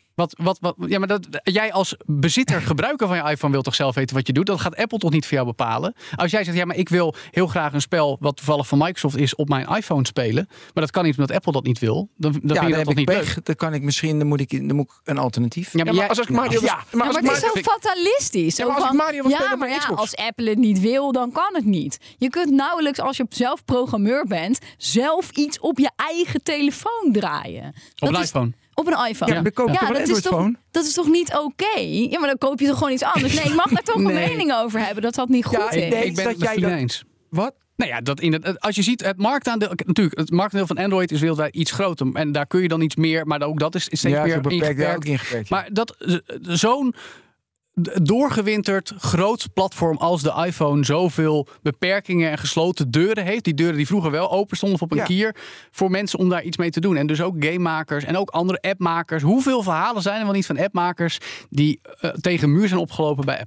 Jij als bezitter, gebruiker van je iPhone wil toch zelf weten wat je doet? Dat gaat Apple toch niet voor jou bepalen? Als jij zegt, maar ik wil heel graag een spel wat toevallig van Microsoft is op mijn iPhone spelen. Maar dat kan niet omdat Apple dat niet wil. Dan vind je dat toch niet leuk? Dan kan ik misschien, dan moet ik een alternatief. Maar het is zo fatalistisch. Als Apple het niet wil, dan kan het niet. Je kunt nauwelijks, als je zelf programmeur bent, zelf iets op je eigen telefoon draaien. Op een iPhone. Op een iPhone. Ja, dat is toch niet oké? Ja, maar dan koop je toch gewoon iets anders? Nee, ik mag daar toch een mening over hebben dat niet goed is. Ik ben het met jullie eens. Wat? Nou ja, als je ziet, het marktaandeel van Android is wereldwijd iets groter. En daar kun je dan iets meer, maar ook dat is steeds meer ingeperkt. Maar zo'n doorgewinterd groot platform als de iPhone zoveel beperkingen en gesloten deuren heeft. Die deuren die vroeger wel open stonden op een kier voor mensen om daar iets mee te doen. En dus ook gamemakers en ook andere appmakers. Hoeveel verhalen zijn er wel niet van appmakers die tegen muur zijn opgelopen bij Apple?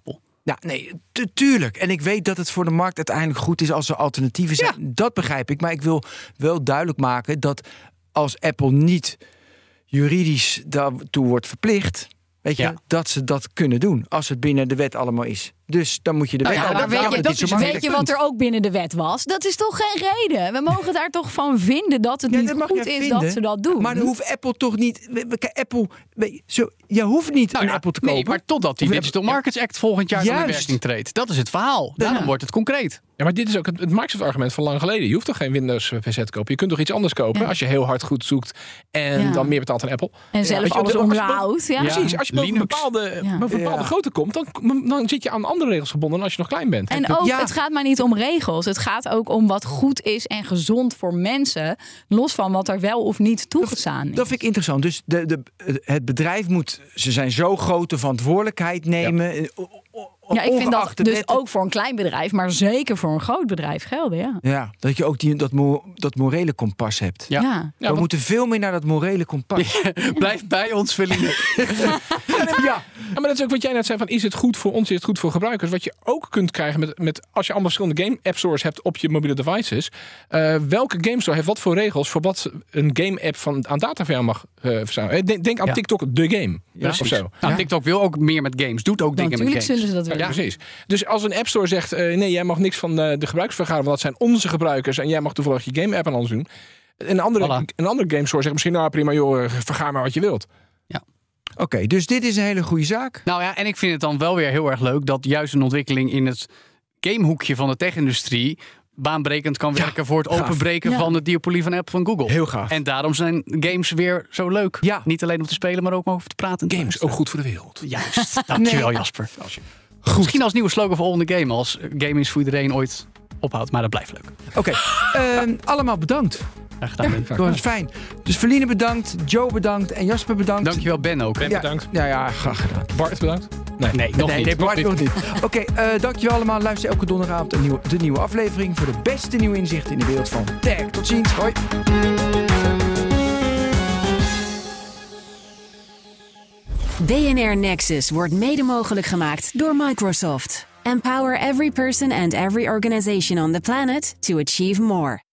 Ja, nee, tuurlijk. En ik weet dat het voor de markt uiteindelijk goed is als er alternatieven zijn. Ja. Dat begrijp ik. Maar ik wil wel duidelijk maken dat als Apple niet juridisch daartoe wordt verplicht, weet je, dat ze dat kunnen doen. Als het binnen de wet allemaal is. Dus dan moet je de wet... weet je wat er ook binnen de wet was? Dat is toch geen reden? We mogen daar toch van vinden dat het niet goed is dat ze dat doen. Maar dan hoeft Apple toch niet... Apple, je hoeft niet een Apple te kopen. Nee, maar totdat die Digital Markets Act volgend jaar in werking treedt. Dat is het verhaal. Daarom wordt het concreet. Ja, maar dit is ook het Microsoft-argument van lang geleden. Je hoeft toch geen Windows-PC te kopen? Je kunt toch iets anders kopen als je heel hard goed zoekt en dan meer betaalt dan Apple? En zelf alles onderhoudt. Ja. Precies. Als je boven een bepaalde grootte komt, dan zit je aan andere regels gebonden dan als je nog klein bent. En ook, het gaat maar niet om regels. Het gaat ook om wat goed is en gezond voor mensen. Los van wat er wel of niet toegestaan is. Dat vind ik interessant. Dus het bedrijf ze zijn zo grote verantwoordelijkheid nemen. Ja, ik vind dat dus ook voor een klein bedrijf, maar zeker voor een groot bedrijf gelden. Ja, dat je ook dat morele kompas hebt. We moeten veel meer naar dat morele kompas. Blijf bij ons, Feline. Maar dat is ook wat jij net zei, van is het goed voor ons, is het goed voor gebruikers? Wat je ook kunt krijgen met als je allemaal verschillende game app stores hebt op je mobiele devices. Welke game store heeft wat voor regels voor wat een game app aan data van jou mag verzamelen? Denk aan TikTok, de game. Of zo. TikTok wil ook meer met games, doet ook dingen met games. Natuurlijk zullen ze dat willen. Ja, precies. Dus als een app store zegt, nee, jij mag niks van de gebruikers vergaren, want dat zijn onze gebruikers en jij mag toevallig je game app aan ons doen. Een andere game store zegt misschien, nou prima joh, vergaar maar wat je wilt. Oké, dus dit is een hele goede zaak. Nou ja, en ik vind het dan wel weer heel erg leuk dat juist een ontwikkeling in het gamehoekje van de tech-industrie baanbrekend kan werken voor het openbreken van de duopolie van Apple en Google. Heel gaaf. En daarom zijn games weer zo leuk. Ja. Niet alleen om te spelen, maar ook om over te praten. Games, ook goed voor de wereld. Juist. Dankjewel, Jasper. Goed. Misschien als nieuwe slogan voor volgende game, als game is voor iedereen ooit ophoudt, maar dat blijft leuk. Oké, allemaal bedankt. Graag gedaan. Dat was fijn. Dus Feline bedankt, Joe bedankt en Jasper bedankt. Dankjewel Ben ook. Ben bedankt. Ja, graag gedaan. Bart bedankt. Nee, Bart nog niet. Oké, dankjewel allemaal. Luister elke donderdagavond de nieuwe aflevering voor de beste nieuwe inzichten in de wereld van tech. Tot ziens. Hoi. BNR Nexus wordt mede mogelijk gemaakt door Microsoft. Empower every person and every organization on the planet to achieve more.